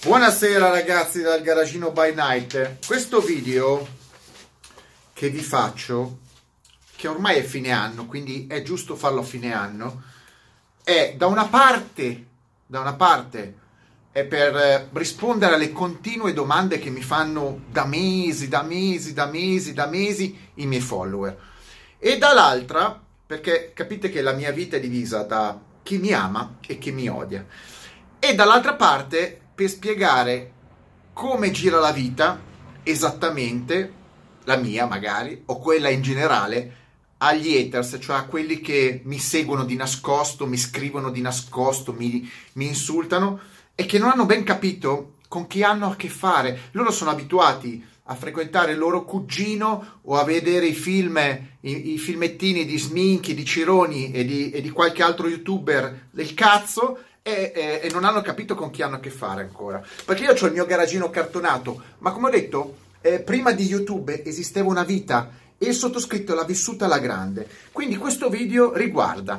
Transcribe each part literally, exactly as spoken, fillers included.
Buonasera ragazzi dal Garagino by Night. Questo video che vi faccio, che ormai è fine anno, quindi è giusto farlo a fine anno, è da una parte, da una parte è per rispondere alle continue domande che mi fanno da mesi, da mesi, da mesi, da mesi i miei follower, e dall'altra perché capite che la mia vita è divisa da chi mi ama e chi mi odia, e dall'altra parte per spiegare come gira la vita esattamente, la mia magari, o quella in generale, agli haters, cioè a quelli che mi seguono di nascosto, mi scrivono di nascosto, mi, mi insultano e che non hanno ben capito con chi hanno a che fare. Loro sono abituati a frequentare il loro cugino o a vedere i film, i, i filmettini di Sminchi, di Cironi e di, e di qualche altro youtuber del cazzo, E, e, e non hanno capito con chi hanno a che fare ancora, perché io ho il mio garagino cartonato, ma come ho detto eh, prima di YouTube esisteva una vita e il sottoscritto l'ha vissuta alla grande. Quindi questo video riguarda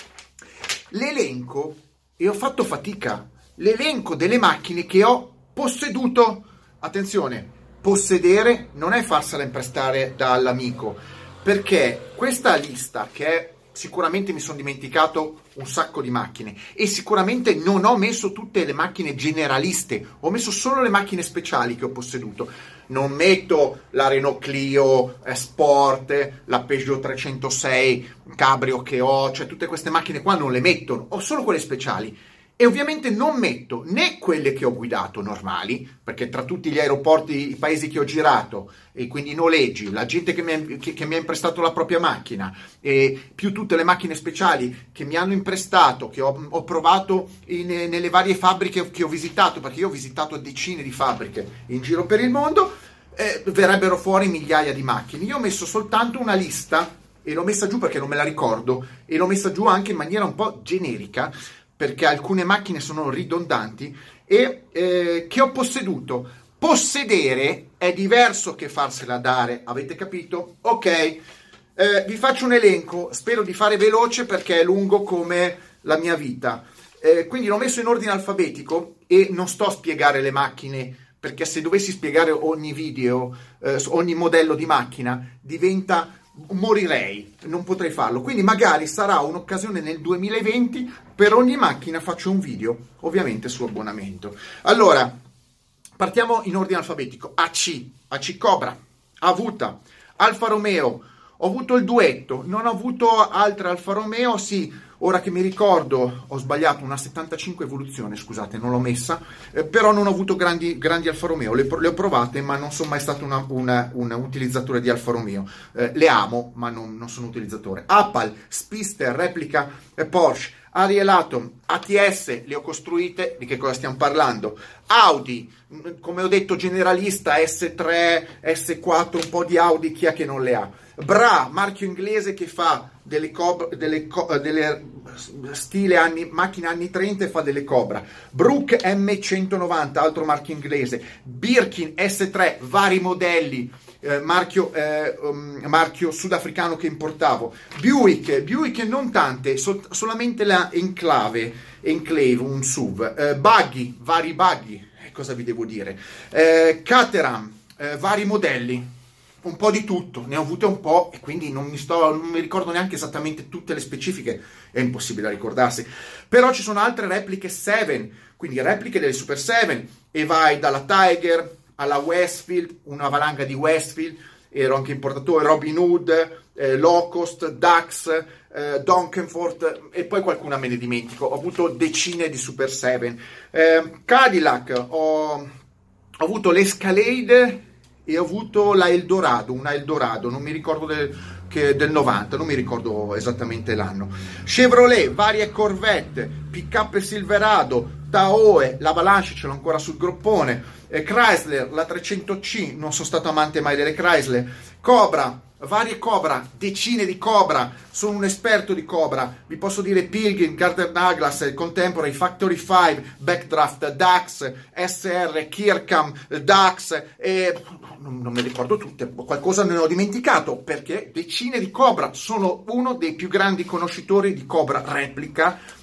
l'elenco, e ho fatto fatica, l'elenco delle macchine che ho posseduto. Attenzione, possedere non è farsela imprestare dall'amico, perché questa lista, che è sicuramente mi sono dimenticato un sacco di macchine e sicuramente non ho messo tutte le macchine generaliste, ho messo solo le macchine speciali che ho posseduto. Non metto la Renault Clio eh, Sport, la Peugeot trecentosei Cabrio che ho, cioè tutte queste macchine qua non le metto, ho solo quelle speciali. E ovviamente non metto né quelle che ho guidato normali, perché tra tutti gli aeroporti, i paesi che ho girato, e quindi i noleggi, la gente che mi, ha, che, che mi ha imprestato la propria macchina, e più tutte le macchine speciali che mi hanno imprestato, che ho, ho provato in, nelle varie fabbriche che ho visitato, perché io ho visitato decine di fabbriche in giro per il mondo, eh, verrebbero fuori migliaia di macchine. Io ho messo soltanto una lista, e l'ho messa giù perché non me la ricordo, e l'ho messa giù anche in maniera un po' generica, perché alcune macchine sono ridondanti, e eh, che ho posseduto. Possedere è diverso che farsela dare, avete capito? Ok, eh, vi faccio un elenco, spero di fare veloce perché è lungo come la mia vita. Eh, quindi l'ho messo in ordine alfabetico e non sto a spiegare le macchine, perché se dovessi spiegare ogni video, eh, ogni modello di macchina, diventa... morirei, non potrei farlo. Quindi magari sarà un'occasione nel duemilaventi, per ogni macchina faccio un video, ovviamente su abbonamento. Allora, partiamo in ordine alfabetico. A C, A C Cobra, Avuta, Alfa Romeo, ho avuto il Duetto, non ho avuto altre Alfa Romeo, sì, ora che mi ricordo ho sbagliato, una settantacinque Evoluzione, scusate, non l'ho messa, eh, però non ho avuto grandi, grandi Alfa Romeo, le, le ho provate ma non sono mai stato una, una, una utilizzatore di Alfa Romeo, eh, le amo ma non, non sono utilizzatore. Opel, Spister, replica eh, Porsche, Ariel Atom, A T S, le ho costruite, di che cosa stiamo parlando? Audi, come ho detto generalista, S tre, S quattro, un po' di Audi, chi è che non le ha? Bra, marchio inglese che fa delle, Cobra, delle, delle stile anni, macchine anni trenta e fa delle Cobra. Brook M centonovanta, altro marchio inglese. Birkin S tre, vari modelli, eh, marchio, eh, um, marchio sudafricano che importavo. Buick, Buick non tante, sol- solamente la Enclave, Enclave, un S U V. Eh, buggy, vari buggy, eh, cosa vi devo dire? Eh, Caterham, eh, vari modelli. Un po' di tutto, ne ho avute un po' e quindi non mi sto, non mi ricordo neanche esattamente tutte le specifiche, è impossibile ricordarsi. Però ci sono altre repliche Seven, quindi repliche delle Super Seven, e vai dalla Tiger alla Westfield, una valanga di Westfield, ero anche importatore, Robin Hood, eh, Locust, Dax, eh, Donkenfort, e poi qualcuna me ne dimentico. Ho avuto decine di Super Seven. Eh, Cadillac, ho, ho avuto l'Escalade e ho avuto la Eldorado, una Eldorado, non mi ricordo del, che del novanta, non mi ricordo esattamente l'anno. Chevrolet, varie Corvette, pick-up Silverado, Tahoe, l'Avalanche ce l'ho ancora sul groppone, eh, Chrysler, la trecento C, non sono stato amante mai delle Chrysler, Cobra, varie Cobra, decine di Cobra, sono un esperto di Cobra, vi posso dire Pilgrim, Gardner Douglas, Contemporary, Factory cinque, Backdraft, Dax, S R, Kirkham, Dax, e non, non me le ricordo tutte, qualcosa ne ho dimenticato, perché decine di Cobra, sono uno dei più grandi conoscitori di Cobra replica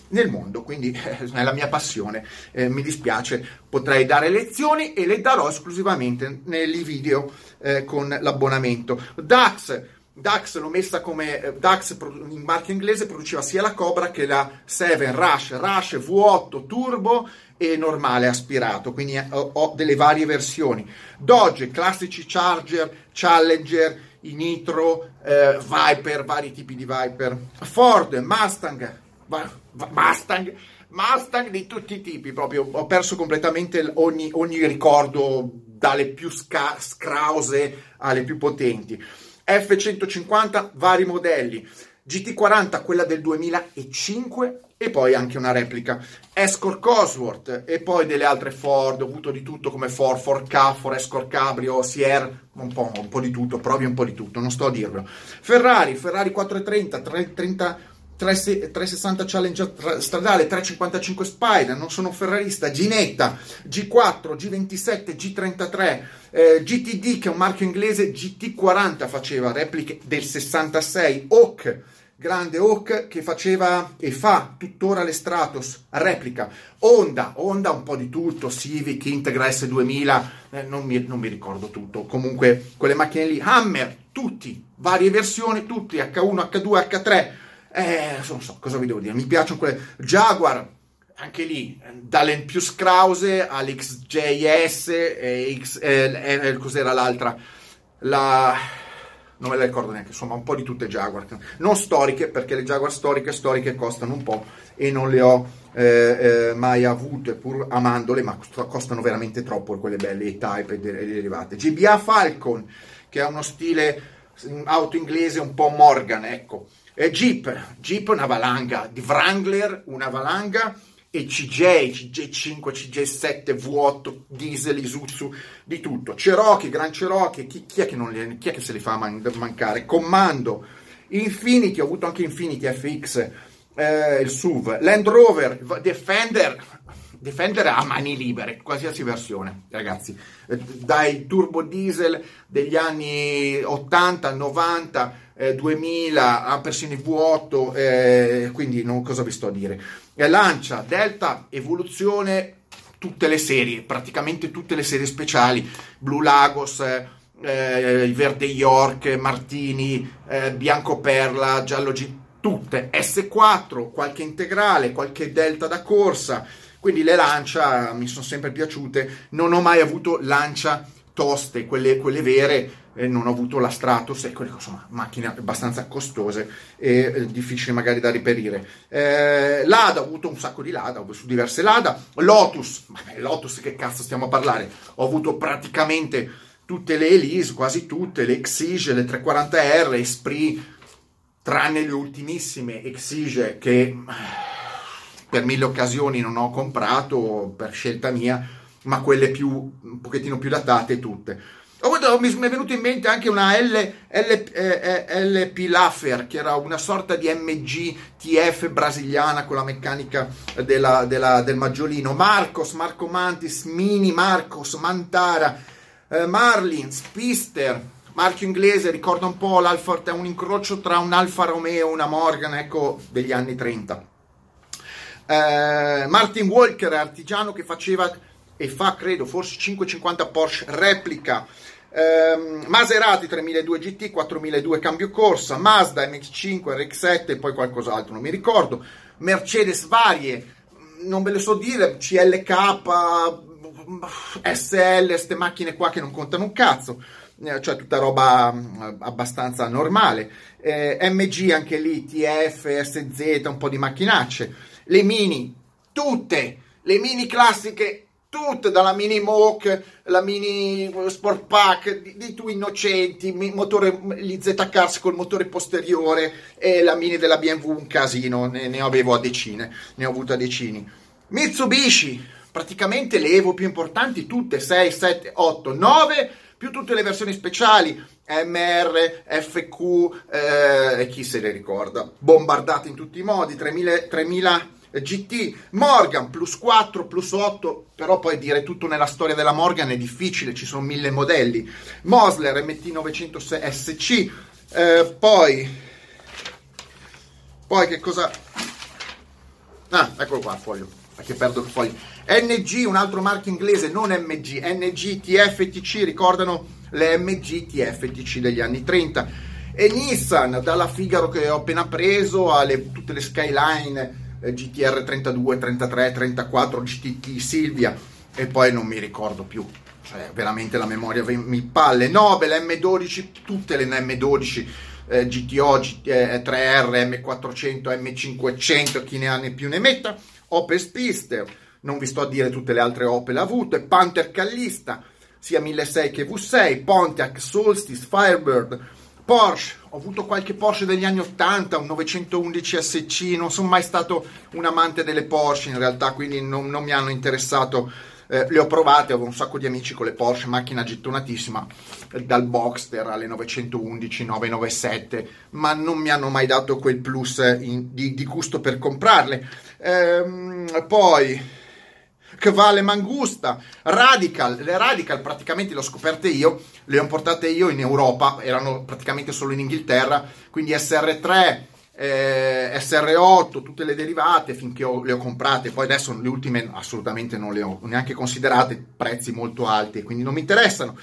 nel mondo, quindi eh, è la mia passione, eh, mi dispiace, potrei dare lezioni e le darò esclusivamente nei video eh, con l'abbonamento. Dax, Dax l'ho messa come eh, Dax in marchio inglese, produceva sia la Cobra che la sette Rush, Rush V otto Turbo e normale aspirato, quindi ho, ho delle varie versioni. Dodge, classici Charger, Challenger, i Nitro, eh, Viper, vari tipi di Viper. Ford, Mustang, Mustang, Mustang di tutti i tipi, proprio ho perso completamente ogni, ogni ricordo, dalle più sca- scrause alle più potenti. F centocinquanta, vari modelli, G T quaranta, quella del duemilacinque e poi anche una replica, Escort Cosworth e poi delle altre Ford, ho avuto di tutto come Ford, Ford Ka, Ford Escort Cabrio, Sierra, un po', un po' di tutto, provi un po' di tutto, non sto a dirvelo. Ferrari, Ferrari quattrocentotrenta, trecentotrenta, trecentosessanta Challenger stradale, trecentocinquantacinque Spider, non sono ferrarista, Ginetta, G quattro, G ventisette, G trentatré, eh, G T D che è un marchio inglese, G T quaranta faceva repliche del sessantasei, Hawk, grande Hawk che faceva e fa tuttora le Stratos, replica, Honda, Honda un po' di tutto, Civic, Integra S duemila, eh, non, mi, non mi ricordo tutto, comunque quelle macchine lì, Hammer, tutti, varie versioni, tutti, H uno, H due, H tre, Eh, non so cosa vi devo dire, mi piacciono quelle. Jaguar, anche lì dalle più scrause all'X J S e X, eh, eh, cos'era l'altra, la non me la ricordo neanche, insomma un po' di tutte Jaguar, non storiche, perché le Jaguar storiche storiche costano un po' e non le ho eh, eh, mai avute, pur amandole, ma costano veramente troppo quelle belle, E-Type e derivate. G B A Falcon, che ha uno stile auto inglese un po' Morgan, ecco. Eh, Jeep, Jeep una valanga, di Wrangler una valanga, e C J, C J cinque, C J sette, V otto, diesel, Isuzu, di tutto. Cherokee, Gran Cherokee, chi, chi, è, che non li, chi è che se li fa man, mancare? Commando, Infiniti, ho avuto anche Infiniti F X, eh, il S U V, Land Rover, Defender, Defender a mani libere, qualsiasi versione, ragazzi, eh, dai turbo diesel degli anni ottanta, novanta, Eh, duemila, ha persino i V otto, eh, quindi non, cosa vi sto a dire. Eh, Lancia, Delta, Evoluzione, tutte le serie, praticamente tutte le serie speciali, Blue Lagos, eh, eh, Verde York, Martini, eh, Bianco Perla, Giallo G, tutte, S quattro, qualche integrale, qualche Delta da corsa, quindi le Lancia mi sono sempre piaciute, non ho mai avuto Lancia toste, quelle, quelle vere, eh, non ho avuto la Stratos e quelle, insomma, macchine abbastanza costose e eh, difficili magari da reperire. Eh, Lada, ho avuto un sacco di Lada, ho su diverse Lada. Lotus, vabbè, Lotus che cazzo stiamo a parlare? Ho avuto praticamente tutte le Elise, quasi tutte, le Exige, le trecentoquaranta R, Esprit, tranne le ultimissime Exige che per mille occasioni non ho comprato per scelta mia, ma quelle più un pochettino più datate tutte. Oh, mi è venuto in mente anche una L, L, eh, L P Laffer, che era una sorta di M G T F brasiliana con la meccanica della, della, del maggiolino. Marcos, Marco Mantis, Mini Marcos, Mantara, eh, Marlin, Spister, marchio inglese, ricorda un po' l'Alfa, è un incrocio tra un Alfa Romeo e una Morgan, ecco, degli anni trenta. Eh, Martin Walker, artigiano che faceva e fa, credo, forse cinquecentocinquanta Porsche replica. Um, Maserati tremiladue G T, quattromiladue cambio corsa, Mazda M X cinque, R X sette e poi qualcos'altro, non mi ricordo. Mercedes varie, non ve le so dire, C L K, S L, queste macchine qua che non contano un cazzo, eh, cioè tutta roba abbastanza normale. Eh, M G anche lì, T F, S Z, un po' di macchinacce. Le Mini, tutte, le Mini classiche, tutte, dalla Mini Moke, la Mini Sport Pack, di, di tu innocenti, motore, gli Z-Cars col motore posteriore e la Mini della B M W, un casino, ne, ne avevo a decine, ne ho avuto a decine. Mitsubishi, praticamente le Evo più importanti, tutte, sei, sette, otto, nove, più tutte le versioni speciali, M R, F Q, eh, chi se le ricorda, bombardate in tutti i modi, tremila G T, Morgan, plus quattro, plus otto, però poi dire tutto nella storia della Morgan è difficile, ci sono mille modelli. Mosler M T novecento S C, eh, poi, poi che cosa... Ah, eccolo qua il foglio, perché perdo il foglio. N G, un altro marchio inglese, non M G, N G, T F, T C, ricordano le M G, T F, T C degli anni trenta. E Nissan, dalla Figaro che ho appena preso, alle tutte le Skyline, eh, G T R trentadue, trentatré, trentaquattro, G T T, Silvia, e poi non mi ricordo più. Cioè, veramente la memoria mi palle. Nobel, M dodici, tutte le M dodici, eh, G T O, G T, eh, tre R, M quattrocento, M cinquecento, chi ne ha ne più ne metta. Opel Spister, non vi sto a dire tutte le altre Opel avute, Panther Callista, sia milleseicento che V sei, Pontiac, Solstice, Firebird, Porsche, ho avuto qualche Porsche degli anni ottanta, un novecentoundici S C, non sono mai stato un amante delle Porsche in realtà, quindi non, non mi hanno interessato. Eh, le ho provate, avevo un sacco di amici con le Porsche, macchina gettonatissima, dal Boxster alle novecentoundici, novecentonovantasette, ma non mi hanno mai dato quel plus in, di, di gusto per comprarle. Ehm, poi Cavale Mangusta, Radical, le Radical praticamente le ho scoperte io, le ho portate io in Europa, erano praticamente solo in Inghilterra, quindi S R tre, Eh, S R otto, tutte le derivate finché ho, le ho comprate. Poi adesso le ultime assolutamente non le ho neanche considerate, prezzi molto alti, quindi non mi interessano.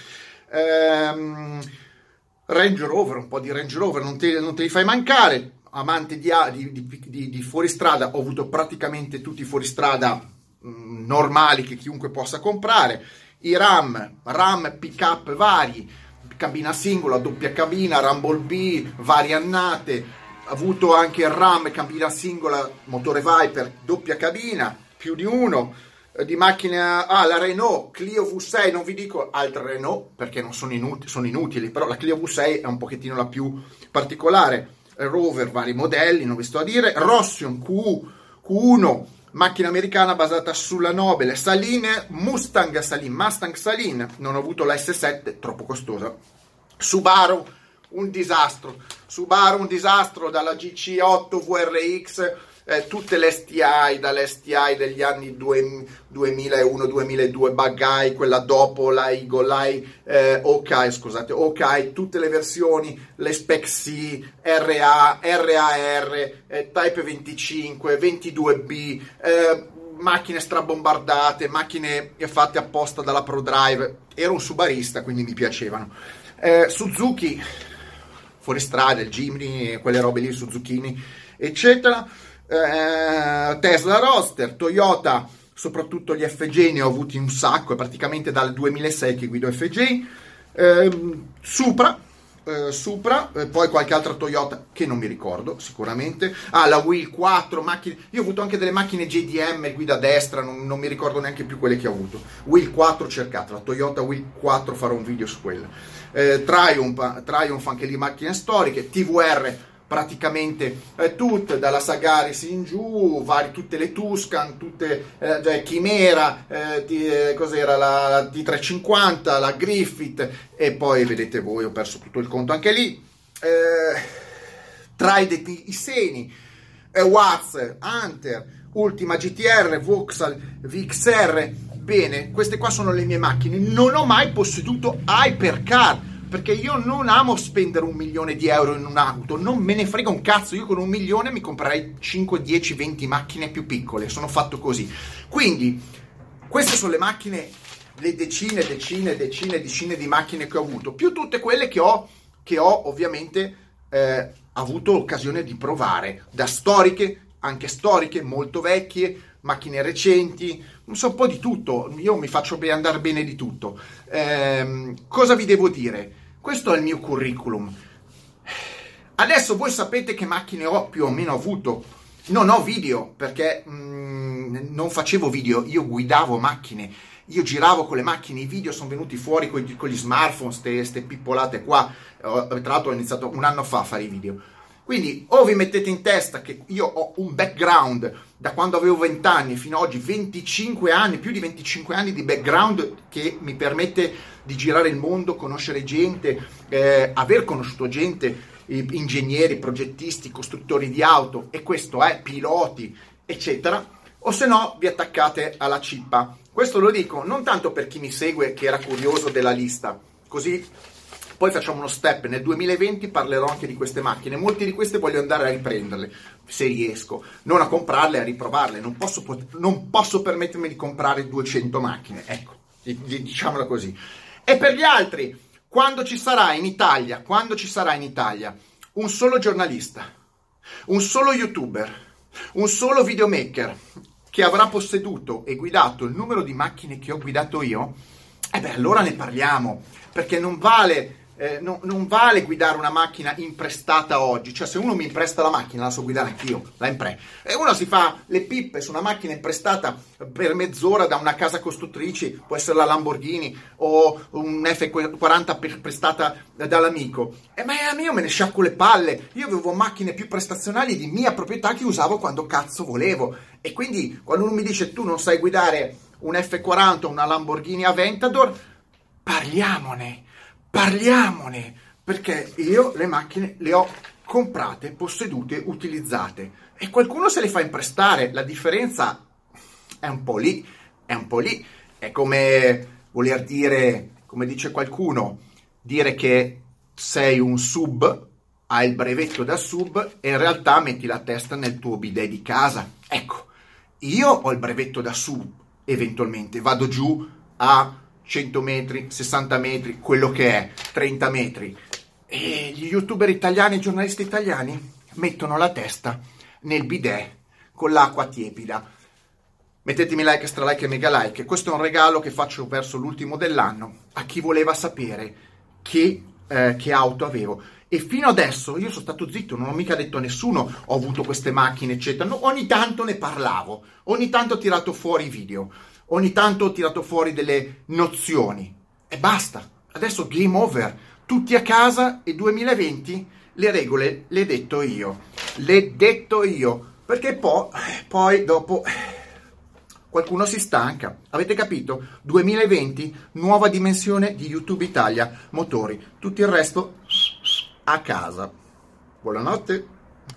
ehm, Range Rover, un po' di Range Rover non te, non te li fai mancare. Amante di, di, di, di, di fuoristrada, ho avuto praticamente tutti i fuoristrada mh, normali che chiunque possa comprare. I Ram, Ram pick up vari, cabina singola, doppia cabina, Rumble B, varie annate. Avuto anche il Ram, cabina singola, motore Viper, doppia cabina, più di uno. Eh, di macchine, ah, la Renault Clio V sei, non vi dico altre Renault perché non sono inutili, sono inutili, però la Clio V sei è un pochettino la più particolare. Rover, vari modelli, non vi sto a dire. Rossion Q, Q uno, macchina americana basata sulla Nobel. Saline, Mustang Saline, Mustang Saline, non ho avuto la S sette, troppo costosa. Subaru, un disastro, Subaru un disastro, dalla G C otto V R X, eh, tutte le S T I, dalle S T I degli anni duemilauno duemiladue, Bug-Eye, quella dopo, la Eagle Eye, eh, OK, scusate, OK, tutte le versioni, le Spec C, R A, R A R, eh, Type venticinque, ventidue B, eh, macchine strabombardate, macchine fatte apposta dalla ProDrive. Ero un subarista, quindi mi piacevano. Eh, Suzuki, fuoristrada, il Jimny, quelle robe lì, Suzuki, eccetera. Eh, Tesla Roadster, Toyota, soprattutto gli F J ne ho avuti un sacco, è praticamente dal duemilasei che guido F J. Eh, Supra, eh, Supra, eh, poi qualche altra Toyota che non mi ricordo sicuramente. Ah, la Wheel quattro, macchine. Io ho avuto anche delle macchine J D M, guida destra, non, non mi ricordo neanche più quelle che ho avuto. Wheel quattro, cercate la Toyota Wheel quattro, farò un video su quella. Eh, Triumph, Triumph anche lì macchine storiche. T V R praticamente eh, tutte, dalla Sagaris in giù, vari, tutte le Tuscan, tutte eh, cioè Chimera, eh, di, eh, cos'era la, la D trecentocinquanta, la Griffith, e poi vedete voi, ho perso tutto il conto anche lì. eh, Trident i Seni, eh, Watts, Hunter, Ultima G T R, Vauxhall V X R. Bene, queste qua sono le mie macchine. Non ho mai posseduto hypercar, perché io non amo spendere un milione di euro in un'auto, non me ne frega un cazzo. Io con un milione mi comprerei cinque, dieci, venti macchine più piccole, sono fatto così. Quindi queste sono le macchine, le decine, decine, decine, decine di macchine che ho avuto, più tutte quelle che ho, che ho ovviamente eh, avuto occasione di provare, da storiche, anche storiche, molto vecchie, macchine recenti, non so, un po' di tutto. Io mi faccio andare bene di tutto. Ehm, cosa vi devo dire? Questo è il mio curriculum. Adesso voi sapete che macchine ho più o meno avuto. Non ho video perché mh, non facevo video, io guidavo macchine, io giravo con le macchine. I video sono venuti fuori con gli, con gli smartphone, ste pippolate qua. Tra l'altro ho iniziato un anno fa a fare i video. Quindi o vi mettete in testa che io ho un background da quando avevo venti anni fino ad oggi, venticinque anni, più di venticinque anni di background che mi permette di girare il mondo, conoscere gente, eh, aver conosciuto gente, eh, ingegneri, progettisti, costruttori di auto, e questo è, piloti, eccetera, o se no vi attaccate alla cippa. Questo lo dico non tanto per chi mi segue che era curioso della lista, così Poi facciamo uno step, nel duemilaventi parlerò anche di queste macchine, molte di queste voglio andare a riprenderle, se riesco, non a comprarle, a riprovarle, non posso, non posso permettermi di comprare duecento macchine, ecco, diciamola così. E per gli altri, quando ci sarà in Italia, quando ci sarà in Italia un solo giornalista, un solo youtuber, un solo videomaker che avrà posseduto e guidato il numero di macchine che ho guidato io, e eh beh, allora ne parliamo, perché non vale... Eh, no, non vale guidare una macchina imprestata oggi, cioè se uno mi impresta la macchina la so guidare anch'io, la impre. E uno si fa le pippe su una macchina imprestata per mezz'ora da una casa costruttrice, può essere la Lamborghini o un F quaranta prestata dall'amico, e ma io me ne sciacquo le palle, io avevo macchine più prestazionali di mia proprietà che usavo quando cazzo volevo, e quindi quando uno mi dice tu non sai guidare un F quaranta o una Lamborghini Aventador, parliamone. Parliamone, perché io le macchine le ho comprate, possedute, utilizzate, e qualcuno se le fa imprestare. La differenza è un po' lì, è un po' lì. È come voler dire, come dice qualcuno, dire che sei un sub, hai il brevetto da sub e in realtà metti la testa nel tuo bidet di casa. Ecco, io ho il brevetto da sub, eventualmente vado giù a cento metri, sessanta metri, quello che è, trenta metri. E gli youtuber italiani, i giornalisti italiani, mettono la testa nel bidet con l'acqua tiepida. Mettetemi like, extra like e mega like. Questo è un regalo che faccio verso l'ultimo dell'anno a chi voleva sapere che, eh, che auto avevo. E fino adesso io sono stato zitto, non ho mica detto a nessuno ho avuto queste macchine, eccetera. No, ogni tanto ne parlavo, ogni tanto ho tirato fuori i video. Ogni tanto ho tirato fuori delle nozioni e basta. Adesso game over. Tutti a casa e duemilaventi le regole le detto io. Le detto io. Perché poi, poi dopo qualcuno si stanca. Avete capito? duemilaventi, nuova dimensione di YouTube Italia, motori. Tutto il resto a casa. Buonanotte.